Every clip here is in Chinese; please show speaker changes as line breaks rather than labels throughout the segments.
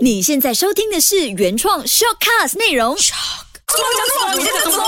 你现在收听的是原创 Shortcast 内容。
你在讲什么？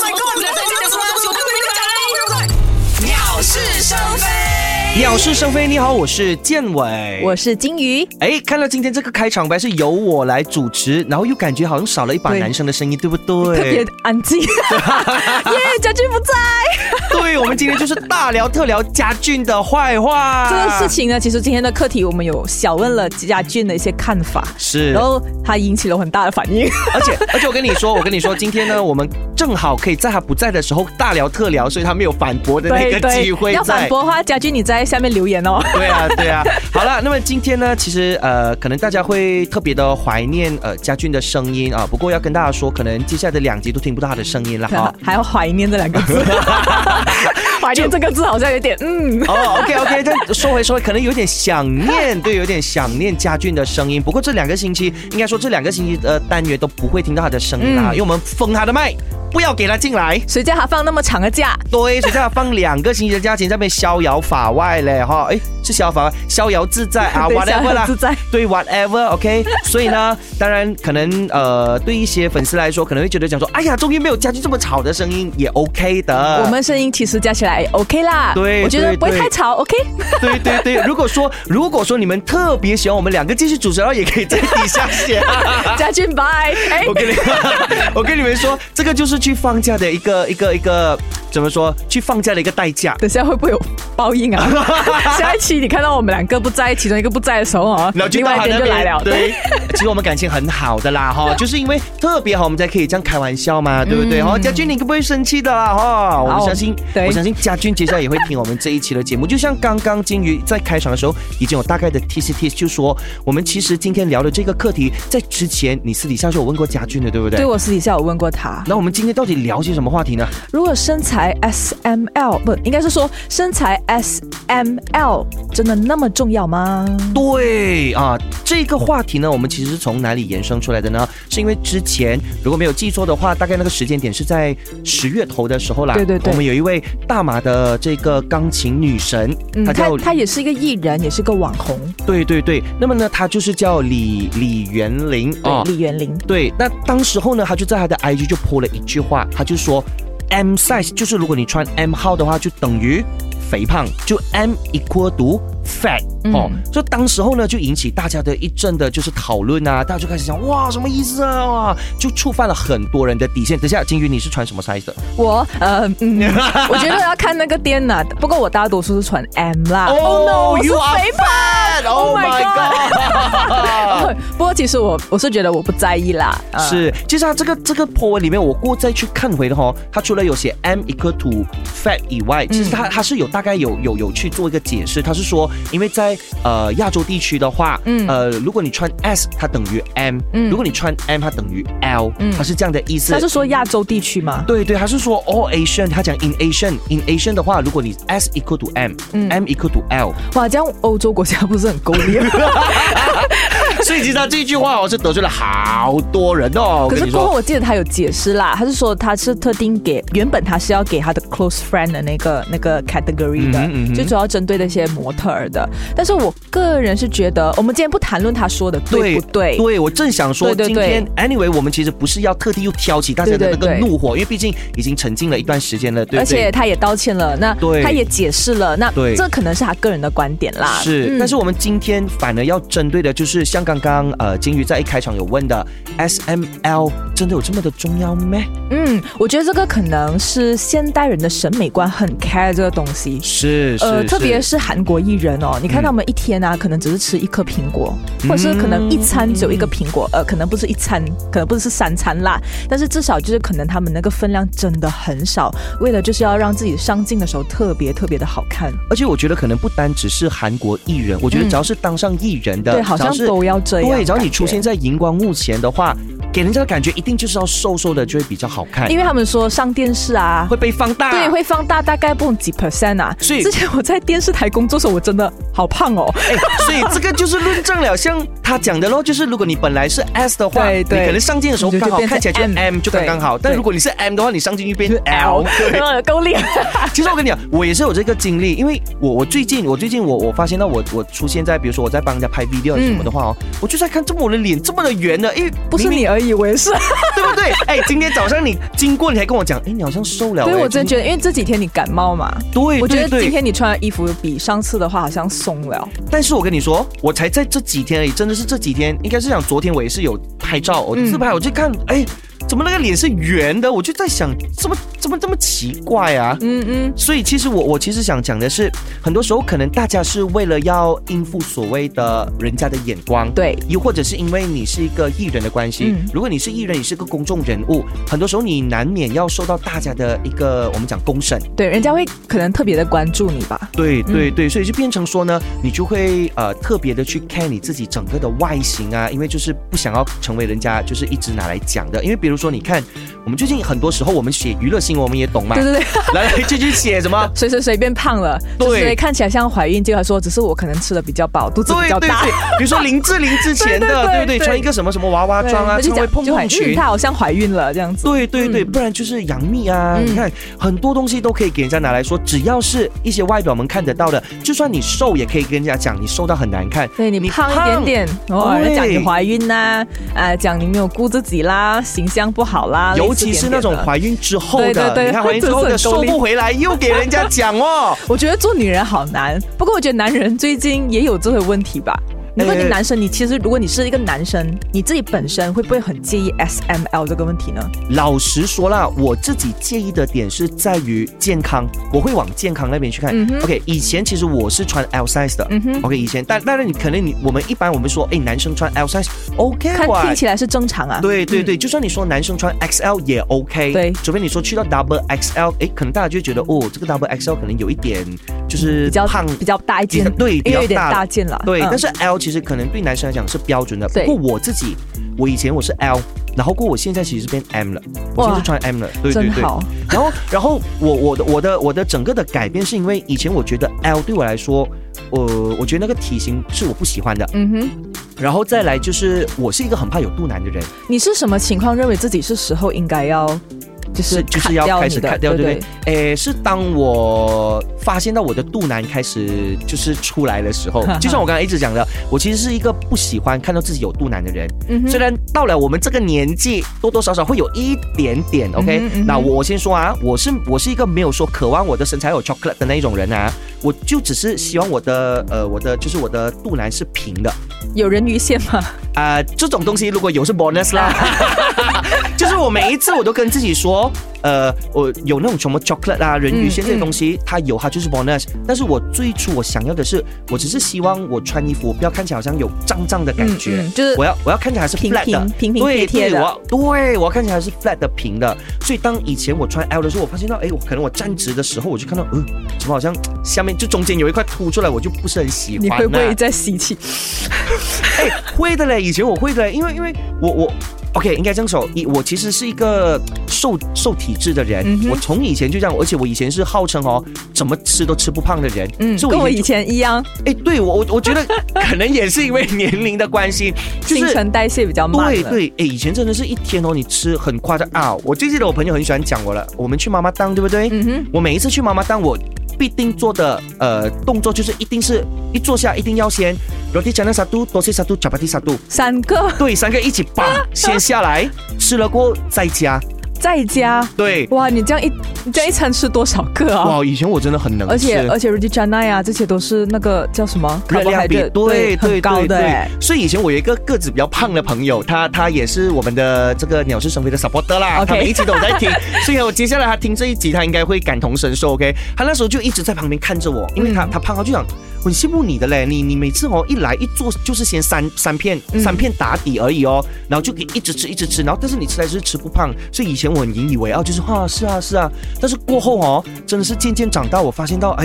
鸟是生非。
鸟是生非，你好，我是建伟，
我是金鱼。
看到今天这个开场白是由我来主持，然后又感觉好像少了一把男生的声音， 对不对？
特别安静。耶，家俊不在。
对，我们今天就是大聊特聊家俊的坏话。
这个事情呢，其实今天的课题我们有小问了家俊的一些看法，
是，
然后他引起了很大的反应。
而且我跟你说，今天呢，我们正好可以在他不在的时候大聊特聊，所以他没有反驳的那个机会在。
要反驳的话，家俊你在下面留言哦。
对啊。好了，那么今天呢，其实可能大家会特别的怀念家俊的声音啊。不过要跟大家说，可能接下来的2集都听不到他的声音了哈。
还要怀念这2个字。怀念这个字好像有点
OK， 但说回，可能有点想念，对，有点想念家俊的声音。不过这2个星期，应该说这2个星期的单元都不会听到他的声音啦，因为我们封他的麦。不要给他进来，
谁叫他放那么长的假？
对，谁叫他放2个星期的假期在那边逍遥法外嘞哈？是逍遥法外，逍遥自在啊，whatever 啦，对 ，whatever，OK。所以呢，当然可能对一些粉丝来说，可能会觉得讲说，哎呀，终于没有家俊这么吵的声音，也 OK 的。
我们声音其实加起来 OK 啦，
对，
我觉得不会太吵 ，OK。
对，如果说你们特别喜欢我们2个继续主持，然后也可以在底下写
家俊拜。
我跟你们说，这个就是去放假的一个怎么说？去放假的一个代价。
等下会不会有报应啊？下一期你看到我们2个不在，其中一个不在的时候啊，另外一边就来了。
对，其实我们感情很好的啦哈，就是因为特别好，我们才可以这样开玩笑嘛，对不对？家俊你不会生气的啦哈。我相信家俊接下来也会听我们这一期的节目。就像刚刚金鱼在开场的时候已经有大概的 tease， 就说我们其实今天聊的这个课题，在之前你私底下就有问过家俊的，对不对？
对，我私底下有问过他。
那我们今天到底聊些什么话题呢？
如果身材 SML 不应该是说身材 SML 真的那么重要吗？
对啊，这个话题呢，我们其实是从哪里延伸出来的呢？是因为之前如果没有记错的话，大概那个时间点是在10月头的时候啦。对，我们有一位大马的这个钢琴女神，
她也是一个艺人，也是个网红。
对，那么呢，她就是叫李元玲
哦，李元玲。
对，那当时候呢，她就在她的 IG 就 po 了一句话，她就说 M size 就是如果你穿 M 号的话，就等于肥胖，就 M equal to fat 所以当时候呢就引起大家的一阵的就是讨论啊，大家就开始想哇什么意思啊，哇就触犯了很多人的底线。等一下，金鱼你是穿什么 size 的？
我我觉得要看那个店啦，不过我大多数是穿 M 啦。Oh no， 我是肥胖 ，Oh my god！ 不过其实我是觉得我不在意啦。
是，其实他这个 po 文里面，我过再去看回的哈，他除了有写 M equal to fat 以外，其实他是有大概有去做一个解释，他是说因为在亚洲地区的话，如果你穿 S 它等于 M，如果你穿 M 它等于 L，它是这样的意思。
他是说亚洲地区吗？
对，他是说 All Asian， 他讲 in Asian 的话，如果你 S equal to M，M equal to L，
哇，这样欧洲国家不是很够力？
所以其实他这句话是得罪了好多人哦。
可是过后我记得他有解释啦，他是说他是特定给原本他是要给他的 close friend 的那个 category 的，就主要针对那些模特儿的。但是我个人是觉得，我们今天不谈论他说的对不对？
对，我正想说，今天 anyway 我们其实不是要特地又挑起大家的那个怒火，因为毕竟已经沉浸了一段时间了，对不对？
而且他也道歉了，那他也解释了，那这可能是他个人的观点啦。
是，但是我们今天反而要针对的就是像刚刚金鱼在一开场有问的 SML 真的有这么的重要吗？
我觉得这个可能是现代人的审美观很 care 这个东西。
是，
特别是韩国艺人哦，你看他们一天啊，可能只是吃1颗苹果，或者是可能一餐只有1个苹果，可能不是一餐，可能不是3餐啦，但是至少就是可能他们那个分量真的很少，为了就是要让自己上镜的时候特别的好看。
而且我觉得可能不单只是韩国艺人，我觉得只要是当上艺人的，
对，好像都要这样。
对，只要你出现在荧光幕前的话， 给人家的感觉一定就是要瘦瘦的就会比较好看，
因为他们说上电视啊
会被放大，
对，会放大大概不几%啊。
所以
之前我在电视台工作的时候，我真的好胖哦。
所以这个就是论证了，像他讲的咯，就是如果你本来是 S 的话，
对对
你可能上镜的时候刚好看起来就 M 就刚刚好，但如果你是 M 的话，你上镜就变 L，
对，够厉害。
其实我跟你讲，我也是有这个经历，因为我最近我发现到我出现在，比如说我在帮人家拍 video 什么的话我就在看这么我的脸这么的圆的，
不是你而已，我也是，
对不对？今天早上你经过你还跟我讲，你好像瘦了。
对，我真的觉得，因为这几天你感冒嘛，
对，
我觉得今天你穿的衣服比上次的话好像松了。
但是我跟你说，我才在这几天而已，真的是这几天，应该是讲昨天我也是有拍照，我自拍，我就看，怎么那个脸是圆的？我就在想，怎么这么奇怪啊？所以其实我其实想讲的是，很多时候可能大家是为了要应付所谓的人家的眼光，
对，
又或者是因为你是一个艺人的关系，如果你是艺人，你是个公众人物，很多时候你难免要受到大家的一个我们讲公审，
对，人家会可能特别的关注你吧？
对对对，所以就变成说呢，你就会特别的去看你自己整个的外形啊，因为就是不想要成为人家就是一直拿来讲的，因为比如说你看，我们最近很多时候我们写娱乐新闻，我们也懂嘛，
对对对，
来就去写什么
谁变胖了，对，看起来像怀孕，结果说只是我可能吃的比较饱，肚子比较大，
对对对，比如说林志玲之前的，对不对？穿一个什么娃娃装啊，成为碰碰裙，
她好像怀孕了这样子，
对对对，不然就是杨幂啊，你看很多东西都可以给人家拿来说，只要是一些外表我们看得到的，就算你瘦也可以跟人家讲你瘦到很难看，
对，你胖一点点，人家讲你怀孕啦，讲你没有顾自己啦，形象不好啦，
尤其是那种怀孕之后的，
对，
你看怀孕之后的瘦不回来，又给人家讲哦。
我觉得做女人好难，不过我觉得男人最近也有这个问题吧。如果你男生，你其实如果你是一个男生，你自己本身会不会很介意 SML 这个问题呢？老
实说啦，我自己介意的点是在于健康，我会往健康那边去看。OK， 以前其实我是穿 L size 的。OK， 以前，但是你可能我们一般我们说，男生穿 L size OK，
看听起来是正常啊。
对对对，就算你说男生穿 XL 也 OK， 对，除非你说去到 Double XL， 可能大家就觉得这个 Double XL 可能有一点就是
比较胖，比较大一件，
对，比较
有点大件了。
对，但是 L 其实可能对男生来讲是标准的。不过我以前我是 L， 然后我现在其实是变 M 了，我现在是穿 M 了，对对对。然后我的整个的改变是因为以前我觉得 L 对我来说，我觉得那个体型是我不喜欢的。然后再来就是我是一个很怕有肚腩的人。
你是什么情况认为自己是时候应该要？就是
要开始砍掉，对不对？是当我发现到我的肚腩开始就是出来的时候，就像我刚才一直讲的，我其实是一个不喜欢看到自己有肚腩的人。虽然到了我们这个年纪，多多少少会有一点点 OK。那我先说啊，我是一个没有说渴望我的身材有 chocolate 的那一种人啊，我就只是希望我的就是我的肚腩是平的。
有人鱼线吗？
这种东西如果有是 bonus 啦。就是我每一次我都跟自己说，我有那种什么 chocolate 啊、人鱼线这些东西，它有它就是 bonus。但是我最初我想要的是，我只是希望我穿衣服不要看起来好像有胀胀的感觉，就是我要看起来是 flat 的，
平贴贴的。
我要看起来是 flat 的平的。所以当以前我穿 L 的时候，我发现到，可能我站直的时候，我就看到，怎么好像下面就中间有一块凸出来，我就不是很喜欢。
你会不会在吸气？
会的嘞，以前我会的嘞，因为我。OK， 应该这样说，我其实是一个瘦体质的人，我从以前就这样，而且我以前是号称怎么吃都吃不胖的人，
跟我以前一样。
对，我觉得可能也是因为年龄的关系，就是
新陈代谢比较慢了。
对，以前真的是一天你吃很夸张啊！我最记得我朋友很喜欢讲我了，我们去妈妈档，对不对？我每一次去妈妈档，我必定做的动作就是一定是一坐下一定要先 roti canai satu, tosi satu, chapati satu，
3个，
对，3个一起绑先下来，吃了过后再加，对，
哇，你这样一餐吃多少个啊？
哇，以前我真的很能吃，
而且 roti canai 啊，这些都是那个叫什么
热量比对
很高的哎。
所以以前我有一个个子比较胖的朋友，他也是我们的这个鸟是生非的 supporter 啦，他每一集都在听，所以我接下来他听这一集，他应该会感同身受 OK。他那时候就一直在旁边看着我，因为他胖，他就讲我很羡慕你的嘞，你每次一来一做就是先三片打底而已然后就可以一直吃，然后但是你吃来就是吃不胖，所以以前我很引以为傲，就是是啊，但是过后真的是渐渐长大，我发现到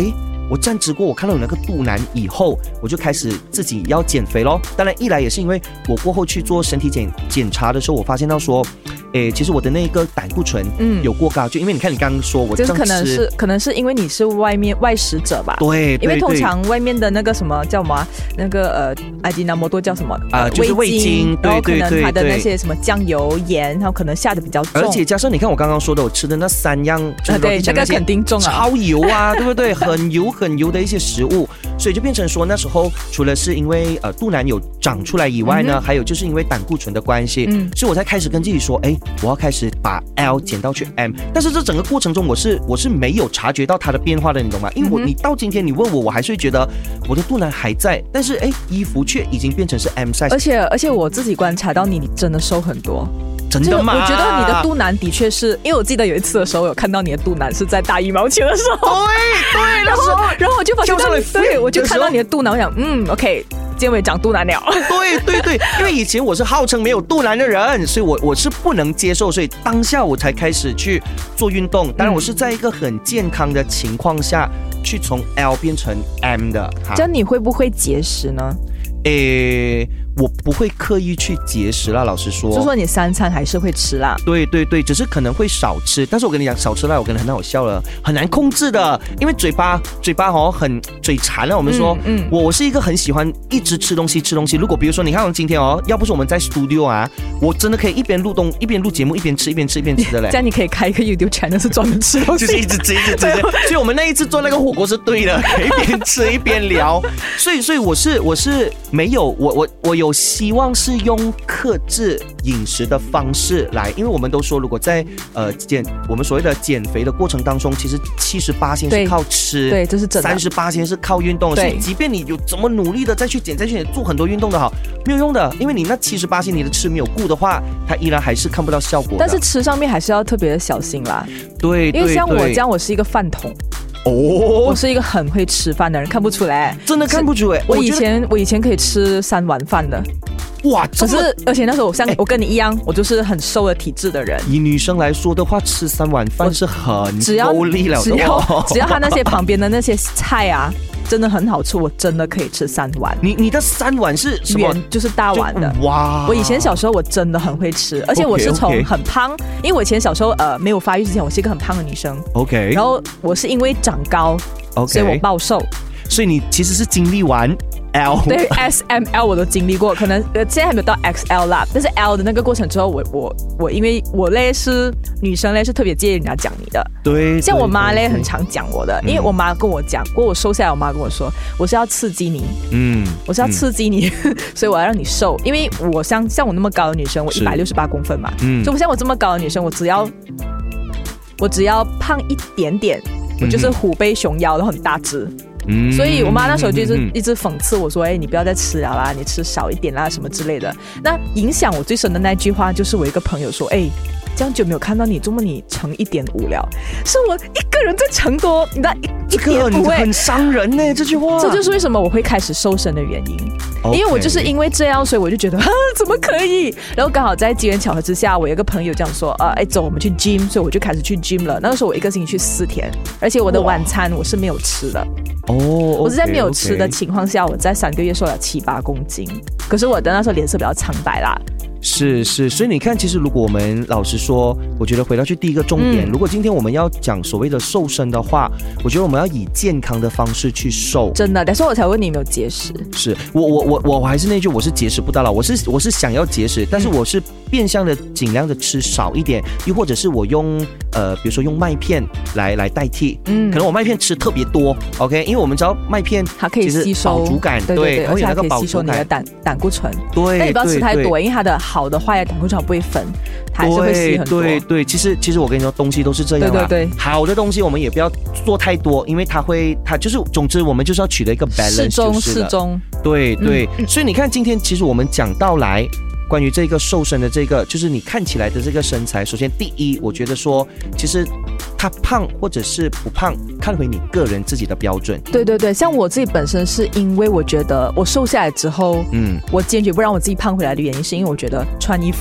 我站直过，我看到有那个肚腩以后，我就开始自己要减肥咯。当然，一来也是因为我过后去做身体检查的时候，我发现到说，其实我的那个胆固醇有过高，就因为你看你刚刚说我这样吃，
可能是因为你是外食者吧？
对，
因为通常外面的那个什么叫什么那个阿基纳摩多叫什么
就是味精，
然后可能它的那些什么酱油盐，然后可能下的比较重，
而且加上你看我刚刚说的，我吃的那3样，
对，这个肯定重啊，
超油啊，对不对？很油的一些食物，所以就变成说那时候除了是因为肚腩有长出来以外呢，还有就是因为胆固醇的关系，所以我才开始跟自己说，我要开始把 L 减到去 M， 但是这整个过程中我是没有察觉到它的变化的，你懂吗？因为你到今天你问我还是会觉得我的肚腩还在，但是衣服却已经变成是 M size，
而且我自己观察到你真的瘦很多。
真的吗？
我觉得你的肚腩的确是，因为我记得有一次的时候，有看到你的肚腩是在打羽毛球的时候，
对，
然后我就发现到，对，我就看到你的肚腩，我想，OK。今天我也长肚腩了，
对，因为以前我是号称没有肚腩的人，所以我是不能接受，所以当下我才开始去做运动。当然，我是在一个很健康的情况下去从 L 变成 M 的。
这样你会不会节食呢？
我不会刻意去节食啦，老实说，
就说你3餐还是会吃啦。
对，只是可能会少吃。但是我跟你讲，少吃辣我跟你很好笑了，很难控制的，因为嘴巴很嘴馋了。我们说，我是一个很喜欢一直吃东西。如果比如说你看我们今天要不是我们在 studio 啊，我真的可以一边录节目一边吃的嘞。
这样你可以开一个 YouTube channel 是专门吃东西，
就是一直吃。所以我们那一次做那个火锅是对的，可以一边吃一边聊。所以我是没有我有希望是用克制饮食的方式来，因为我们都说，如果在我们所谓的减肥的过程当中，其实70%是靠吃，
对，这是真的
，30%是靠运动，所以即便你有怎么努力的再去减做很多运动的好，没有用的，因为你那70%你的吃没有顾的话，它依然还是看不到效果的。
但是吃上面还是要特别的小心啦，
对，
因为像我这样，我是一个饭桶。我是一个很会吃饭的人，看不出来，
真的看不出来。
我以前可以吃3碗饭的，
哇！
而且那时候我跟你一样，我就是很瘦的体质的人。
以女生来说的话，吃3碗饭是很够力了的。
只要他那些旁边的那些菜啊，真的很好吃，我真的可以吃3碗。
你的3碗是什么？
就是大碗的。
哇！
我以前小时候我真的很会吃，而且我是从很胖，因为我以前小时候没有发育之前，我是一个很胖的女生。
OK。
然后我是因为长高，所以我暴瘦。
所以你其实是经历完 L，
对 S、M、L 我都经历过，可能现在还没有到 XL 啦，但是 L 的那个过程之后，我因为我类是女生类是特别介意人家讲你的，
对，
像我妈类很常讲我的，因为我妈跟我讲过，我瘦下来，我妈跟我说我是要刺激你，我是要刺激你，所以我要让你瘦，因为我像我那么高的女生，我168公分嘛，所以像我这么高的女生，我只要胖一点点，我就是虎背熊腰都很大只。所以我妈那时候就一直讽刺我说，你不要再吃了啦，你吃少一点啦什么之类的。那影响我最深的那句话就是我一个朋友说，这样久没有看到你，这么你乘1.5了，是我一个人在乘多，你知道1.5
很伤人呢，这句话。
这就是为什么我会开始瘦身的原因，因为我就是因为这样，所以我就觉得怎么可以？然后刚好在机缘巧合之下，我有一个朋友这样说，走，我们去 gym， 所以我就开始去 gym 了。那个时候我1个星期去4天，而且我的晚餐我是没有吃的。我是在没有吃的情况下，我在3个月瘦了7-8公斤。可是我的那时候脸色比较苍白啦。
是，所以你看，其实如果我们老实说，我觉得回到去第一个重点，如果今天我们要讲所谓的瘦身的话，我觉得我们要以健康的方式去瘦。
真的，但是我才问你有没有节食。
是我还是那句，我是节食不到了，我是想要节食，但是我是变相的尽量的吃少一点，又或者是我用比如说用麦片来代替，可能我麦片吃特别多 ，OK， 因为我们知道麦片
它可以吸收
饱足感，
对，而且它可以吸收你的胆固醇，
对，
但你不要吃太多，因为它的好的坏的胆固醇不会分，它还是会吸很多。
对，其实我跟你说，东西都是这样啦。对，好的东西我们也不要做太多，因为它就是，总之我们就是要取得一个 balance，
适中。
对，所以你看，今天其实我们讲到来。关于这个瘦身的这个，就是你看起来的这个身材，首先第一，我觉得说，其实他胖或者是不胖，看回你个人自己的标准。
对，像我自己本身是因为我觉得我瘦下来之后，我坚决不让我自己胖回来的原因，是因为我觉得穿衣服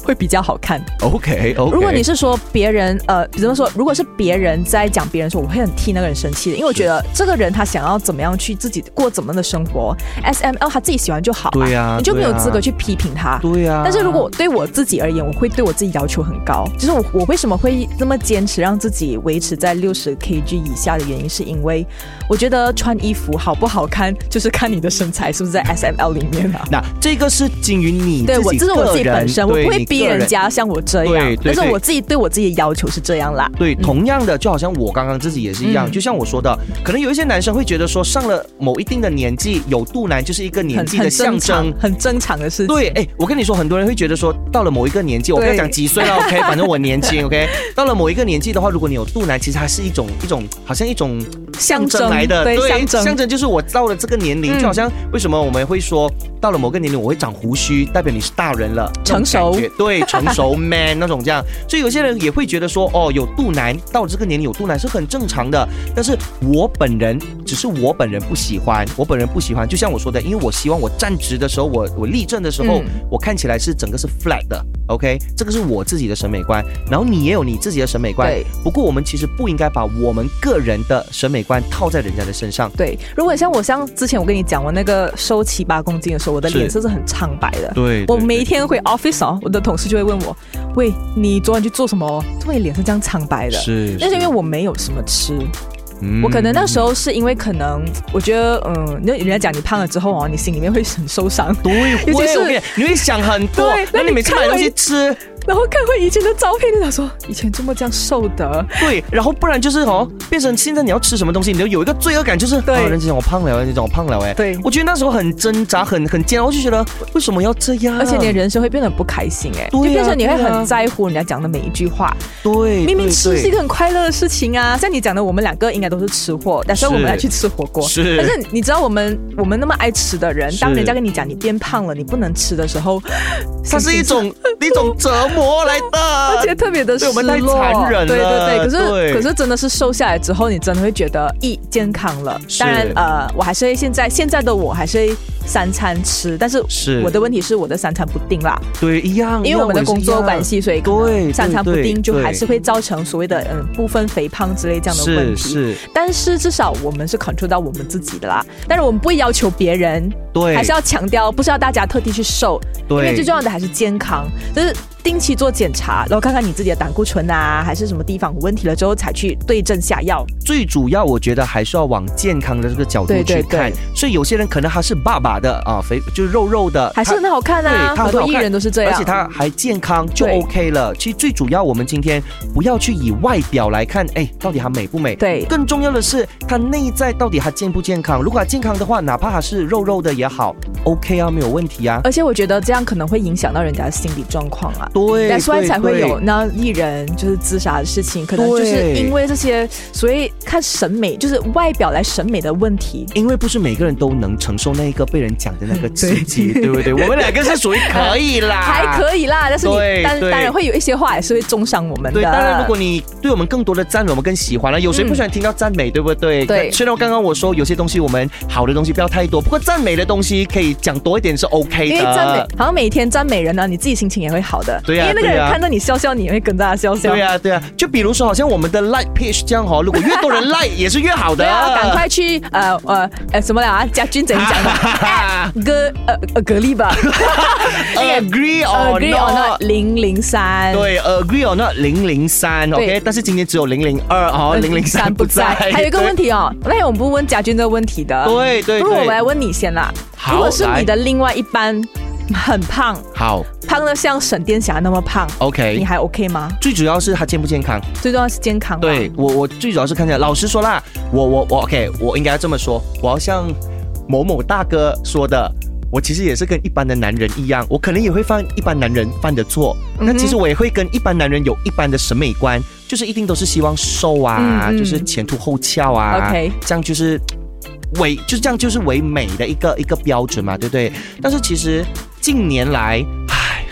会比较好看。
OK，
如果你是说别人怎么说？如果是别人在讲别人说，我会很替那个人生气的，因为我觉得这个人他想要怎么样去自己过怎么样的生活 ，SML 他自己喜欢就好，
对啊，
你就没有资格去批评他，
对啊。
但是如果对我自己而言，我会对我自己要求很高，就是我为什么会这么坚持让自己维持在60 kg 以下的原因，是因为我觉得穿衣服好不好看，就是看你的身材是不是在 SML 里面啊。
那这个是基于你自己个人，
对，这是我自己本身，我不会逼人家像我这样，但是我自己对我自己的要求是这样啦。
对，同样的，就好像我刚刚自己也是一样，就像我说的，可能有一些男生会觉得说，上了某一定的年纪，有肚腩就是一个年纪的象征，
很正常的事情。
对，我跟你说，很多人会觉得说，到了某一个年纪，我不要讲几岁了 ，OK， 反正我年轻 ，OK， 到了某一个年纪的话，如果你有肚腩，其实还是一种好像一种象征来的，
对，
象征就是我到了这个年龄，就好像为什么我们会说到了某个年龄我会长胡须，代表你是大人了，
成熟，
对，成熟 man 那种这样，所以有些人也会觉得说，哦，有肚腩，到了这个年龄有肚腩是很正常的，但是我本人不喜欢，就像我说的，因为我希望我站直的时候，我立正的时候，我看起来是整个是 flat 的 ，OK， 这个是我自己的审美观，然后你也有你自己的审美观，不过我们其实不应该把我们个人的审美观套在人家的身上。
对，如果像之前我跟你讲，我那个瘦7、8公斤的时候，我的脸色是很苍白的。
对，
我每一天回 office 我的同事就会问我，喂，你昨晚去做什么？为脸是这样苍白的？
是，
那是因为我没有什么吃。我可能那时候是因为可能我觉得人家讲你胖了之后你心里面会很受伤，
对，你会想很多，那你每次买东西吃，
然后看回以前的照片，就想说以前这么这样瘦的，
对，然后不然就是变成现在你要吃什么东西，你就有一个罪恶感，就是人家讲我胖了，你讲我胖了，
对，
我觉得那时候很挣扎，很煎熬，我就觉得为什么要这样，
而且你的人生会变得不开心，就变成你会很在乎人家讲的每一句话，
对，
明明吃是一个很快乐的事情啊，像你讲的，我们两个应该都是吃货，但是我们来去吃火锅，
是，
但是你知道我们那么爱吃的人，当人家跟你讲你变胖了，你不能吃的时候，
它是一种折磨来的。
而且特别的失落，
对我们太残忍了。
对，可是真的是瘦下来之后，你真的会觉得健康了。当然我还是会现在的我还是会3餐吃，但是我的问题是我的3餐不定啦。
对，一样，
因为我们的工作关系，所以
对
3餐不定就还是会造成所谓的部分肥胖之类这样的问题。
是，
但是至少我们是 control 到我们自己的啦。但是我们不会要求别人，
对，
还是要强调，不是要大家特地去瘦，
对，
因为最重要的还是健康，就是定期做检查，然后看看你自己的胆固醇啊，还是什么地方有问题了之后，才去对症下药。
最主要，我觉得还是要往健康的这个角度去看。所以有些人可能他是爸爸的肥就是肉肉的，
还是很好看啊。很多艺人都是这样，
而且他还健康就 OK 了。其实最主要，我们今天不要去以外表来看，到底他美不美？
对，
更重要的是他内在到底他健不健康。如果他健康的话，哪怕他是肉肉的也好 ，OK 啊，没有问题啊。
而且我觉得这样可能会影响到人家的心理状况啊。
对，
所以才会有那艺人就是自杀的事情，可能就是因为这些，所以看审美就是外表来审美的问题。
因为不是每个人都能承受那一个被人讲的那个刺激，对不对？我们两个是属于可以啦，
还可以啦，但是当然会有一些话也是会中伤我们的。
对，当然如果你对我们更多的赞美，我们更喜欢了。有谁不喜欢听到赞美，对不对？
对。
虽然刚刚我说有些东西我们好的东西不要太多，不过赞美的东西可以讲多一点是 OK 的。
因为赞美，好像每天赞美人呢，你自己心情也会好的。
对呀，
因为那个人看到你笑笑，你也会跟着他笑笑。
对啊，就比如说好像我们的 like page 这样如果越多人 like 也是越好的。
对啊，赶快去什么了啊？家军怎样讲的？格力吧。
Agree or not
003。
对 ，Agree or not 003 OK， 但是今天只有002003不在。
还有一个问题那天我们不问家军这个问题的。
对，
不如我来问你先啦。如果是你的另外一半很胖，
好
胖的像沈殿霞那么胖
，OK，
你还 OK 吗？
最主要是他健不健康，
最重要是健康。
对，我最主要是看起来，老实说啦，我 OK， 我应该这么说，我要像某某大哥说的，我其实也是跟一般的男人一样，我可能也会犯一般男人犯的错。那其实我也会跟一般男人有一般的审美观，就是一定都是希望瘦啊，就是前凸后翘啊
，OK，
这样就是这样就是为美的一个标准嘛，对不对？但是其实近年来，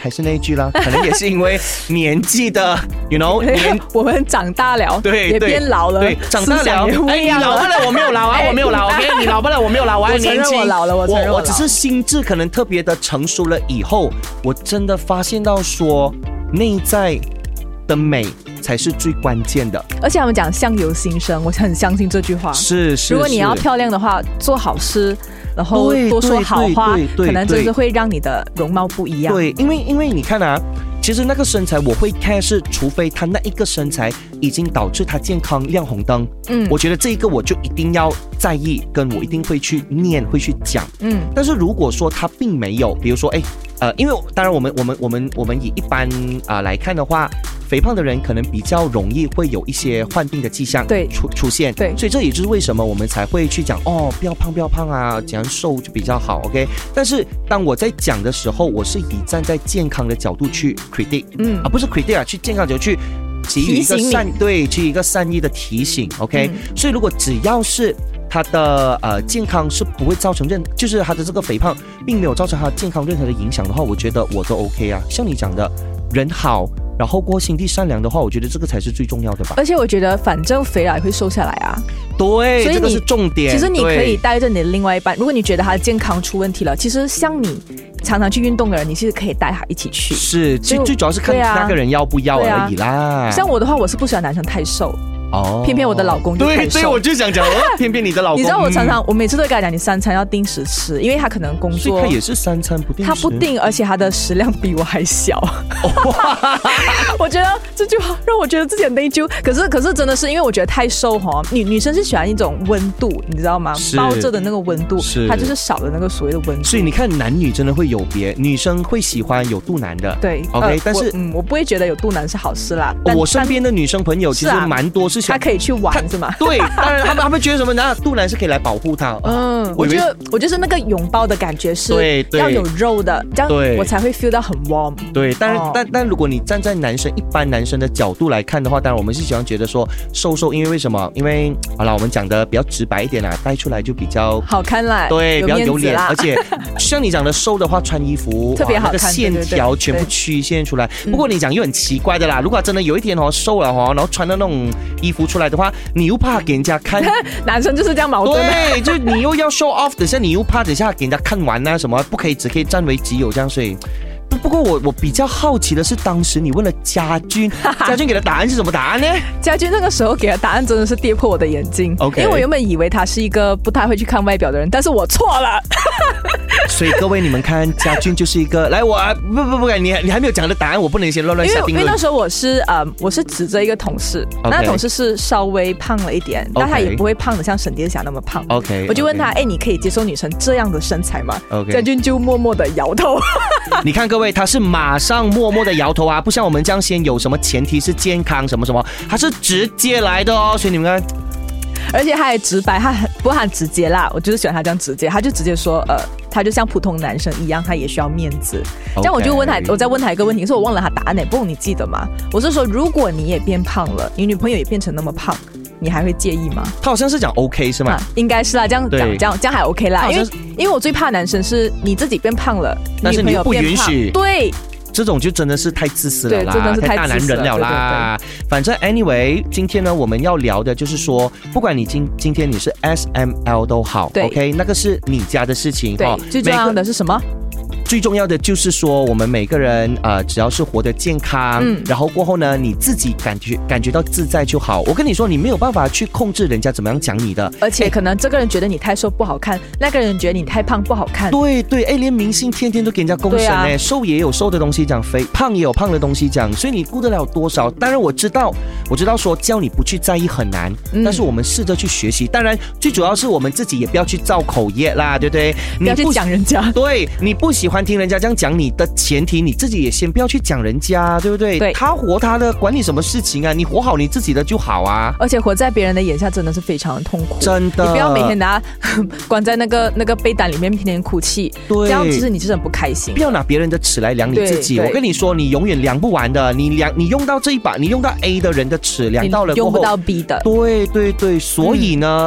还是那一句啦，可能也是因为年纪的 ，you know，
我们长大了，
对，
也变老了，
对，长大了，
你
老不了，我没有老啊，我没有老 ，OK， 你老不了，我没有老，我还年轻，
我老了，
我只是心智可能特别的成熟了以后，我真的发现到说内在的美才是最关键的，
而且他们讲相由心生，我很相信这句话。
是，
如果你要漂亮的话，做好事，然后多说好话，可能就是会让你的容貌不一样。
对，因为你看啊，其实那个身材我会看是，除非他那一个身材已经导致他健康亮红灯，我觉得这一个我就一定要在意，跟我一定会去念，会去讲，但是如果说他并没有，比如说因为当然我们以一般来看的话，肥胖的人可能比较容易会有一些患病的迹象出现，对，所以这也就是为什么我们才会去讲不要胖啊，怎样瘦就比较好 ，OK？ 但是当我在讲的时候，我是以站在健康的角度去 critic，不是 critic 啊，去健康角度去给予一个善意的提醒 ，OK？所以如果只要是他的健康是不会造成就是他的这个肥胖并没有造成他健康任何的影响的话，我觉得我都 OK 啊。像你讲的，人好，然后过心地善良的话，我觉得这个才是最重要的吧。
而且我觉得反正肥了也会瘦下来啊。
对，这个是重点。
其实你可以带着你的另外一半，如果你觉得他的健康出问题了，其实像你常常去运动的人，你其实可以带他一起去。
是，最主要是看那个人要不要而已啦。
像我的话，我是不喜欢男生太瘦。偏偏我的老公就太瘦。
对，我就想讲，偏偏你的老公。
你知道我每次都跟他讲，你3餐要定时吃，因为他可能工作，
所以他也是3餐不定时。
他不定，而且他的食量比我还小。我觉得这句话让我觉得自己很内疚。可是真的是因为我觉得太瘦女生是喜欢一种温度，你知道吗？包着的那个温度，它就是少了那个所谓的温度。
所以你看，男女真的会有别，女生会喜欢有肚腩的。
对
，OK， 但是
我不会觉得有肚腩是好事啦。
我身边的女生朋友其实蛮多是。
他可以去玩是吗？
对，当然他们觉得什么呢？肚腩是可以来保护他。
我觉得是那个拥抱的感觉是要有肉的，这样我才会 feel 到很 warm。
对，但如果你站在一般男生的角度来看的话，当然我们是喜欢觉得说瘦，因为为什么？因为好了，我们讲的比较直白一点啦，带出来就比较
好看啦，
对，比较有脸，而且像你讲的瘦的话，穿衣服
特别好看，
那个线条全部曲线出来。不过你讲又很奇怪的啦，如果真的有一天瘦了然后穿到那种衣服出来的话，你又怕给人家看，
男生就是这样矛盾。
对，就你又要 show off， 等下你又怕等下给人家看完啊什么，不可以只可以占为己有这样，所以。不过我比较好奇的是，当时你问了家军，家军给的答案是什么答案呢？
家军那个时候给的答案真的是跌破我的眼镜。因为我原本以为他是一个不太会去看外表的人，但是我错了。
所以各位你们看，家军就是一个来我不，你还没有讲的答案，我不能先乱下定论。
因为那时候我是指着一个同事，那同事是稍微胖了一点，但他也不会胖的像沈殿霞那么胖。我就问他，你可以接受女生这样的身材吗？家军就默默的摇头。
你看各位，他是马上默默的摇头啊，不像我们这样先有什么前提是健康什么什么，他是直接来的所以你们看。
而且他也直白，他很直接啦，我就是喜欢他这样直接，他就直接说他就像普通男生一样，他也需要面子。这样我就我再问他一个问题，可是我忘了他答案不过你记得吗？我是说，如果你也变胖了，你女朋友也变成那么胖，你还会介意吗？
他好像是讲 OK 是吗？
应该是啦，这样还 OK 啦，因为我最怕男生是你自己变胖了，
但是你又不允许，
对。
这种就真的是太自私了啦，
真的是
太大男人了啦。反正 anyway， 今天呢我们要聊的就是说，不管你今天你是 SML 都好 ，OK， 那个是你家的事情。
对，最重要的是什么？
最重要的就是说，我们每个人只要是活得健康，然后过后呢，你自己感觉到自在就好。我跟你说，你没有办法去控制人家怎么样讲你的，
而且可能这个人觉得你太瘦不好看，那个人觉得你太胖不好看。
对，连明星天天都给人家公审瘦也有瘦的东西讲，胖也有胖的东西讲，所以你顾得了多少？当然我知道说教你不去在意很难，但是我们试着去学习。当然最主要是我们自己也不要去造口业啦，对不对？
不要去讲人家。
对，你不喜欢听人家这样讲你的前提，你自己也先不要去讲人家，对不对？
对，
他活他的，管你什么事情啊？你活好你自己的就好啊。
而且活在别人的眼下真的是非常的痛苦，
真的。
你不要每天拿关在那个被单里面天天哭泣，这样其实你就是很不开心。
不要拿别人的尺来量你自己，我跟你说，你永远量不完的。你用到这一把，你用到 A 的人的尺量到了过后，
用不到 B 的。
对，所以呢。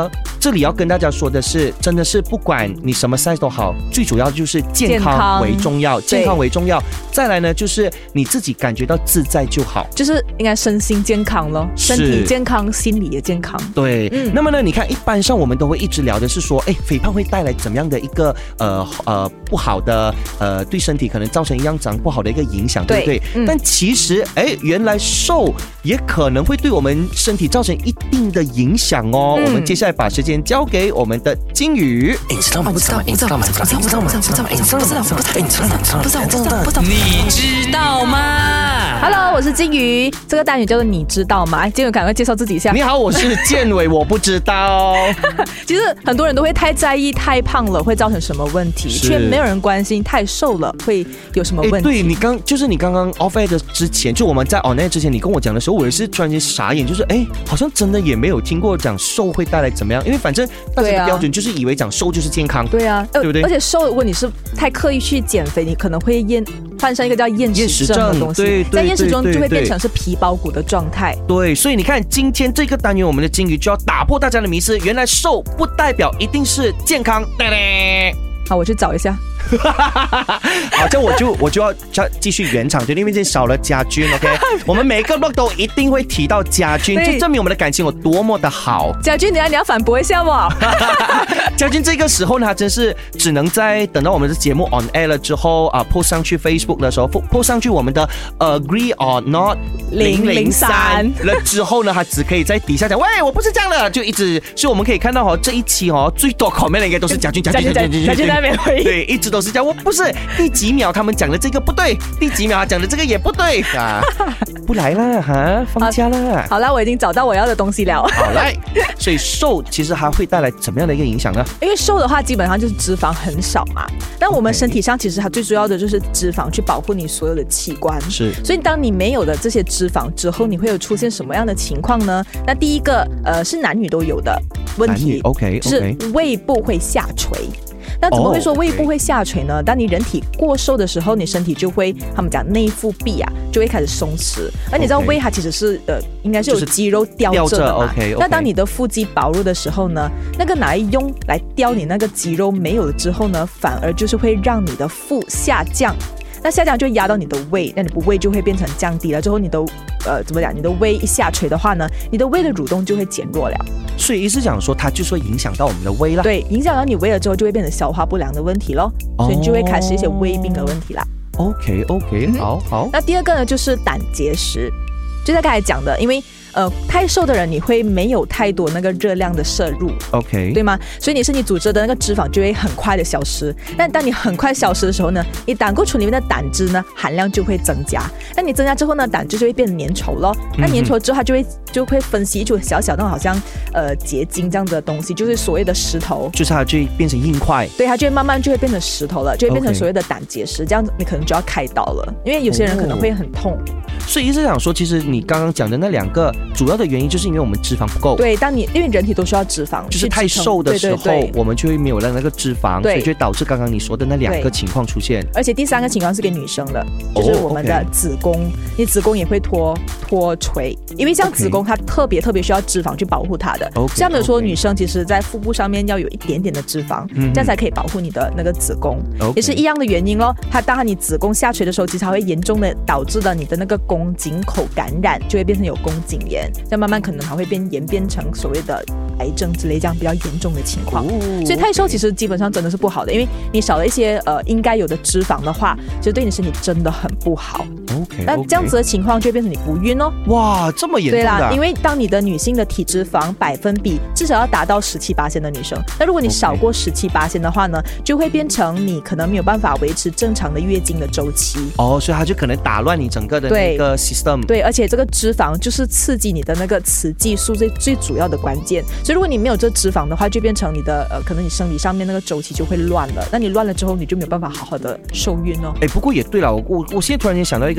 这里要跟大家说的是，真的是不管你什么 size 都好，最主要就是健康为重要，健康为重要。再来呢，就是你自己感觉到自在就好，
就是应该身心健康咯，身体健康，心理也健康。
对，那么呢，你看一般上我们都会一直聊的是说，肥胖会带来怎么样的一个不好的对身体可能造成营养不好的一个影响，对不对？但其实原来瘦也可能会对我们身体造成一定的影响哦。我们接下来把时间交给我们的金鱼。
你知道吗？你知道吗？你知道吗？你知道吗？你知道吗？你知道吗？你知道吗？你知道吗？你知道吗
？Hello， 我是金鱼，这个单元叫做你知道吗？金鱼赶快介绍自己一下。
你好，我是建伟，我不知道。
其实很多人都会太在意太胖了会造成什么问题，却没有人关心太瘦了会有什么问题。
对，你刚刚 off air 的之前，就我们在 on air 之前，你跟我讲的时候，我也是突然间傻眼，就是好像真的也没有听过讲瘦会带来怎么样，因为反正大家的标准就是以为讲瘦就是健康，
对啊，对不对？而且瘦，如果你是太刻意去减肥，你可能会患上一个叫厌食症的东西，
对，
在厌食中就会变成是皮包骨的状态。
对，所以你看今天这个单元，我们的金鱼就要打破大家的迷思，原来瘦不代表一定是健康。
好，我去找一下。
好，这我就要继续圆场，就因为这少了家军 ，OK？ 我们每个 blog 都一定会提到家军，就证明我们的感情有多么的好。
家军，你要反驳一下我。
家军这个时候呢，他真是只能在等到我们的节目 on air 了之后post 上去 Facebook 的时候 post 上去我们的agree or not 003了之后呢，他只可以在底下讲，喂，我不是这样的，就一直，所以我们可以看到这一期最多 comment 的应该都是家军在
那边回应，
对，一直都是这样。我不是第几秒他们讲的这个不对，第几秒他讲的这个也不对啊！不来了哈，放假了。
好了，我已经找到我要的东西了。
好来，所以瘦其实还会带来怎么样的一个影响呢？
因为瘦的话，基本上就是脂肪很少嘛。那我们身体上其实它最主要的就是脂肪去保护你所有的器官。
是，
所以当你没有了这些脂肪之后，你会有出现什么样的情况呢？那第一个是男女都有的问题
，OK，
是胃部会下垂。那怎么会说胃部会下垂呢？当你人体过瘦的时候，你身体就会，他们讲内腹壁就会开始松弛。而你知道胃它其实是应该是有肌肉吊着的嘛。那当你的腹肌薄弱的时候呢，那个拿来用来吊你那个肌肉没有了之后呢，反而就是会让你的腹下降。那下降就压到你的胃，那你的胃就会变成降低了。之后你的怎么讲？你的胃一下垂的话呢，你的胃的蠕动就会减弱了。
所以意思讲说，它就会影响到我们的胃啦。
对，影响到你胃了之后，就会变成消化不良的问题咯。所以你就会开始一些胃病的问题啦。
OK， 好。
那第二个呢，就是胆结石，就在刚才讲的，因为太瘦的人你会没有太多那个热量的摄入
，OK，
对吗？所以你身体组织的那个脂肪就会很快的消失。但当你很快消失的时候呢，你胆固醇里面的胆汁呢含量就会增加。那你增加之后呢，胆汁就会变成粘稠咯。那粘稠之后，它就会分析出小小的好像结晶这样子的东西，就是所谓的石头，
就是它就会变成硬块。
对，它就会慢慢就会变成石头了，就会变成所谓的胆结石。这样子你可能就要开刀了，因为有些人可能会很痛。
所以意思想说，其实你刚刚讲的那两个主要的原因，就是因为我们脂肪不够。
对，因为人体都需要脂肪，
就是太瘦的时候，对，我们就会没有那个脂肪，所以就会导致刚刚你说的那两个情况出现。
而且第三个情况是给女生的，就是我们的子宫，你子宫也会脱垂，因为像子宫它特别需要脂肪去保护它的。这样的说，女生其实在腹部上面要有一点点的脂肪，这样才可以保护你的那个子宫，也是一样的原因咯。当你子宫下垂的时候，其实它会严重的导致了你的那个宫颈口感染，就会变成有宫颈炎，这样慢慢可能还会演变成所谓的癌症之类这样比较严重的情况。所以太瘦其实基本上真的是不好的，因为你少了一些应该有的脂肪的话，其实对你身体真的很不好。那这样子的情况就会变成你不孕哦。
哇，这么严重的？
对啦，因为当你的女性的体脂肪百分比至少要达到17%的女生，那如果你少过17%的话呢，就会变成你可能没有办法维持正常的月经的周期。
所以它就可能打乱你整个的那个 system。
对，而且这个脂肪就是刺激你的那个雌激素最主要的关键。所以如果你没有这脂肪的话，就变成你的可能你生理上面那个周期就会乱了。那你乱了之后，你就没有办法好好的受孕哦。
不过也对了，我现在突然间想到一个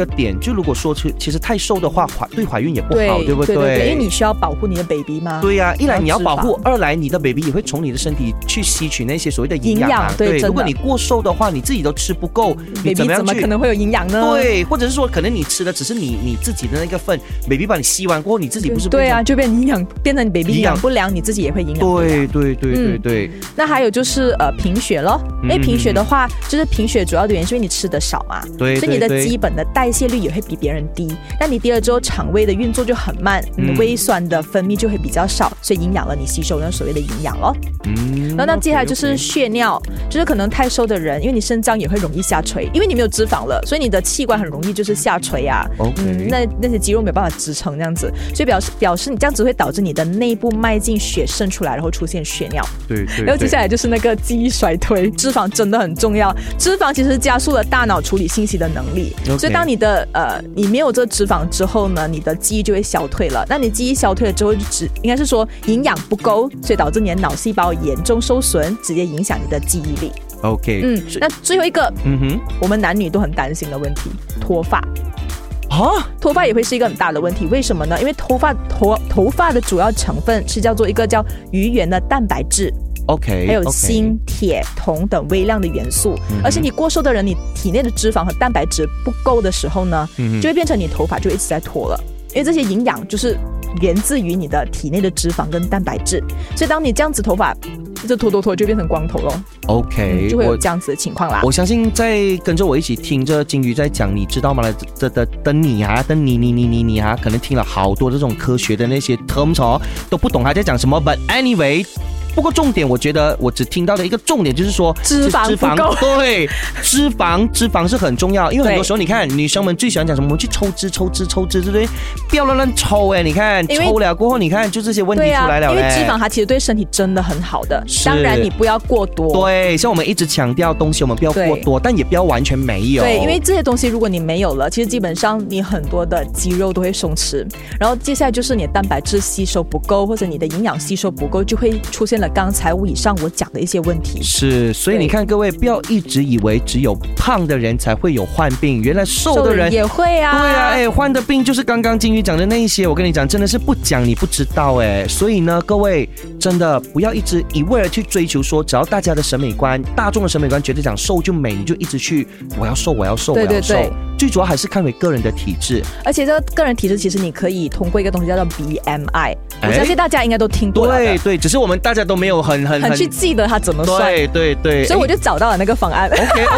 个点，就如果说其实太瘦的话，对怀孕也不好，对不对？
对，因为你需要保护你的 baby 嘛。
对呀，一来你要保护，二来你的 baby 也会从你的身体去吸取那些所谓的营养。对，如果你过瘦的话，你自己都吃不够，
baby 怎么可能会有营养呢？
对，或者是说可能你吃的只是你自己的那个份 ，baby 把你吸完过后，你自己不是
对啊，就变成 baby 营养不良，你自己也会营养不良。
对。
那还有就是贫血咯，因为贫血的话，就是贫血主要的原因是因为你吃的少嘛，
对，
所以你的基本的代谢率也会比别人低。那你第二周肠胃的运作就很慢，你的胃酸的分泌就会比较少，所以影响了你吸收那所谓的营养咯。那接下来就是血尿，就是可能太瘦的人，因为你肾脏也会容易下垂，因为你没有脂肪了，所以你的器官很容易就是下垂啊。那些肌肉没有办法支撑这样子，所以表示你这样子会导致你的内部迈进血渗出来，然后出现血尿。
对。
然后接下来就是那个记忆衰退，脂肪真的很重要，脂肪其实加速了大脑处理信息的能力。所以当你的你没有这脂肪之后呢，你的记忆就会消退了。那你记忆消退了之后，应该是说营养不够，所以导致你的脑细胞严重受损，直接影响你的记忆力。
OK，
那最后一个，我们男女都很担心的问题，脱发。脱发也会是一个很大的问题，为什么呢？因为头发的主要成分是叫做一个叫鱼源的蛋白质。
OK，
还有锌、铁、铜等微量的元素，而且你过瘦的人，你体内的脂肪和蛋白质不够的时候呢，就会变成你头发就一直在脱了，因为这些营养就是源自于你的体内的脂肪跟蛋白质，所以当你这样子头发一直脱就变成光头了。
OK，
就会有这样子的情况啦。
我相信在跟着我一起听着金鱼在讲，你知道吗？你啊，可能听了好多这种科学的那些 terms 都不懂他在讲什么。But anyway。不过重点，我觉得我只听到的一个重点就是说
脂肪不够。
对，脂肪是很重要，因为很多时候你看女生们最喜欢讲什么，我们去抽脂，对不对？不要乱抽你看抽了过后，你看就这些问题出来了。
因为脂肪它其实对身体真的很好的，当然你不要过多。
对，像我们一直强调东西，我们不要过多，但也不要完全没有。
对，因为这些东西如果你没有了，其实基本上你很多的肌肉都会松弛，然后接下来就是你的蛋白质吸收不够，或者你的营养吸收不够，就会出现了刚才以上我讲的一些问题。
是，所以你看各位，不要一直以为只有胖的人才会有患病，原来瘦的人
也会啊。
对啊，患的病就是刚刚金鱼讲的那一些，我跟你讲真的是不讲你不知道所以呢各位真的不要一直一味的去追求说只要大家的审美观，大众的审美观觉得讲瘦就美，你就一直去我要瘦，对，最主要还是看回个人的体质。而
且这个个人体质其实你可以通过一个东西叫做 BMI，我相信大家应该都听过了。
对，只是我们大家都没有很
去记得它怎么算。
对，
所以我就找到了那个方案。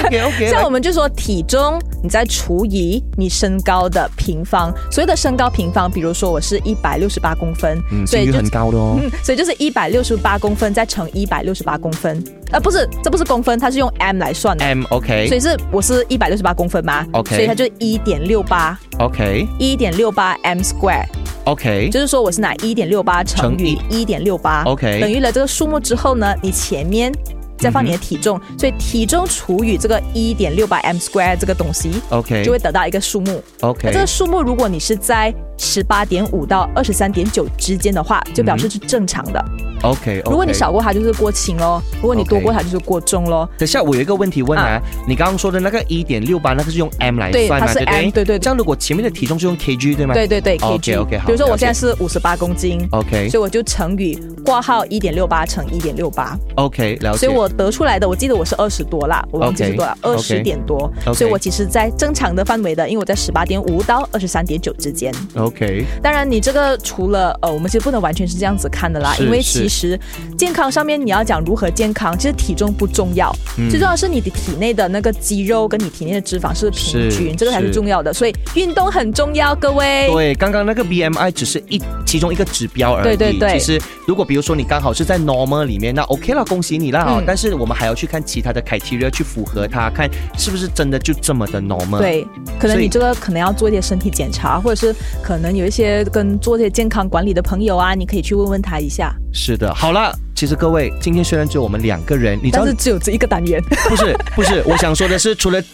OK
像我们就说体重你再除以你身高的平方，所谓的身高平方，比如说我是168公分，
所以就很高的
所以就是168公分再乘168公分，不是，这不是公分，它是用 M 来算的。
OK，
所以我是168公分嘛
，OK，
所以它就 1.68
OK，
1.68 M square。
OK，
就是说我是拿1.68乘以1.68
OK，
等于了这个数目之后呢，你前面再放你的体重，所以体重除以这个1.68 M square 这个东西
OK，
就会得到一个数目
OK，
那这个数目如果你是在18.5到23.9之间的话，就表示是正常的。
OK，
如果你少过它就是过轻咯，如果你多过它就是过重咯。
等下我有一个问题问你刚刚说的那个1.68那个是用 M 来算嘛？
对，它是 M， 对。
这样如果前面的体重是用 kg 对吗？
对 kg。
OK， 好。
比如说我现在是58公斤
，OK，
所以我就乘以括号1.68乘1.68
，OK， 了解。
所以我得出来的，我记得我是20多啦，我忘记是多少，20点多，所以我其实在正常的范围的，因为我在18.5到23.9之间。
OK，
当然你这个除了我们其实不能完全是这样子看的啦，因为其实健康上面你要讲如何健康，其实体重不重要，最重要的是你的体内的那个肌肉跟你体内的脂肪是平均，这个才是重要的，所以运动很重要，各位。
对，刚刚那个 BMI 只是其中一个指标而已。对。其实如果比如说你刚好是在 normal 里面，那 OK 了，恭喜你啦。但是我们还要去看其他的 criteria 去符合它，看是不是真的就这么的 normal。
对，可能你这个可能要做一些身体检查，或者是可能有一些做这些健康管理的朋友啊，你可以去问问他一下。
是的，好了。其实各位，今天虽然只有我们2个人，你知道，
但是只有这一个单元。
不是，我想说的是，除了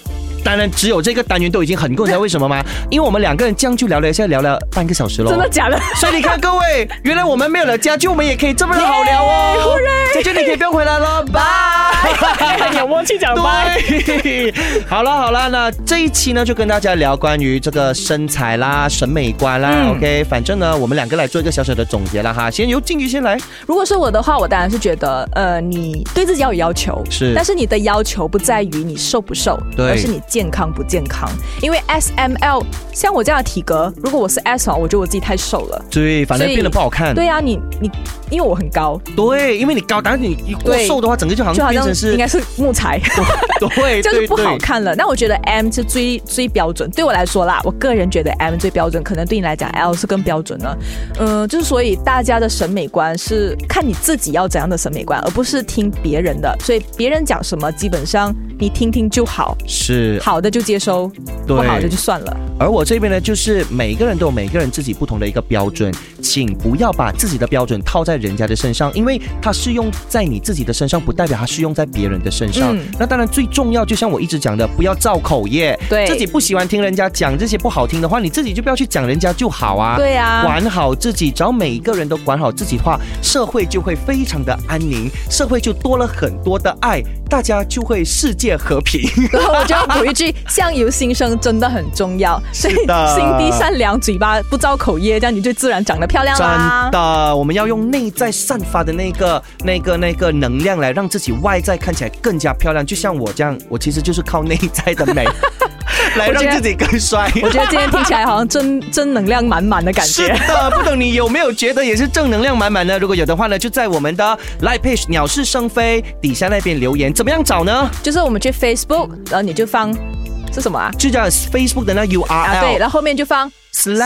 当然只有这个单元都已经很够，你知道为什么吗？因为我们2个人这样就聊了一下，聊了半个小时了。
真的假的？
所以你看各位，原来我们没有了家具，我们也可以这么的好聊哦。家具你可以不用回来了，拜。
很有默契讲拜。
对，好了，那这一期呢就跟大家聊关于这个身材啦、审美观啦。OK， 反正呢我们2个来做一个小小的总结了哈。先由静瑜先来。
如果是我的话，我当然是觉得，你对自己要有要求，
是，
但是你的要求不在于你瘦不瘦，
对，
而是你健康不健康。因为 SML 像我这样的体格，如果我是 S 我觉得我自己太瘦了，
对，反正变得不好看。
对啊，你因为我很高，
对，因为你高，但是你过瘦的话，整个就好像变成是
应该是木材，
对，
就是不好看了。那我觉得 M 是最标准，对我来说啦，我个人觉得 M 最标准，可能对你来讲 L 是更标准的。就是所以大家的审美观是看你自己要怎样的审美观，而不是听别人的。所以别人讲什么，基本上你听听就好，
是
好的就接收，不好的就算了。
而我这边呢，就是每个人都有每个人自己不同的一个标准，请不要把自己的标准套在人家的身上，因为它适用在你自己的身上，不代表它适用在别人的身上。那当然最重要，就像我一直讲的，不要造口业。
对，
自己不喜欢听人家讲这些不好听的话，你自己就不要去讲人家就好啊。
对啊，
管好自己，只要每一个人都管好自己的话，社会就会非常的安宁，社会就多了很多的爱，大家就会世界和平。
我就要补一句，相由心生真的很重要，所以心地善良，嘴巴不造口业，这样你就自然长得漂亮啦。
真的，我们要用内在散发的那个能量来让自己外在看起来更加漂亮。就像我这样，我其实就是靠内在的美来让自己更帅。
我觉得今天听起来好像正能量满满的感觉。
是的，不懂你有没有觉得也是正能量满满呢？如果有的话呢，就在我们的 Line Page 鸟是生非底下那边留言。怎么样找呢？
就是我们去 Facebook， 然后你就放是什么啊？
就叫 Facebook 的那 URL，
对，然后后面就放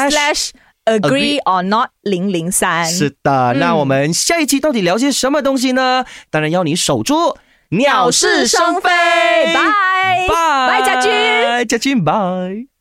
/agree or not 003。
是的，那我们下一期到底聊些什么东西呢？当然要你守住鸟是生非。
拜拜，家君，
拜。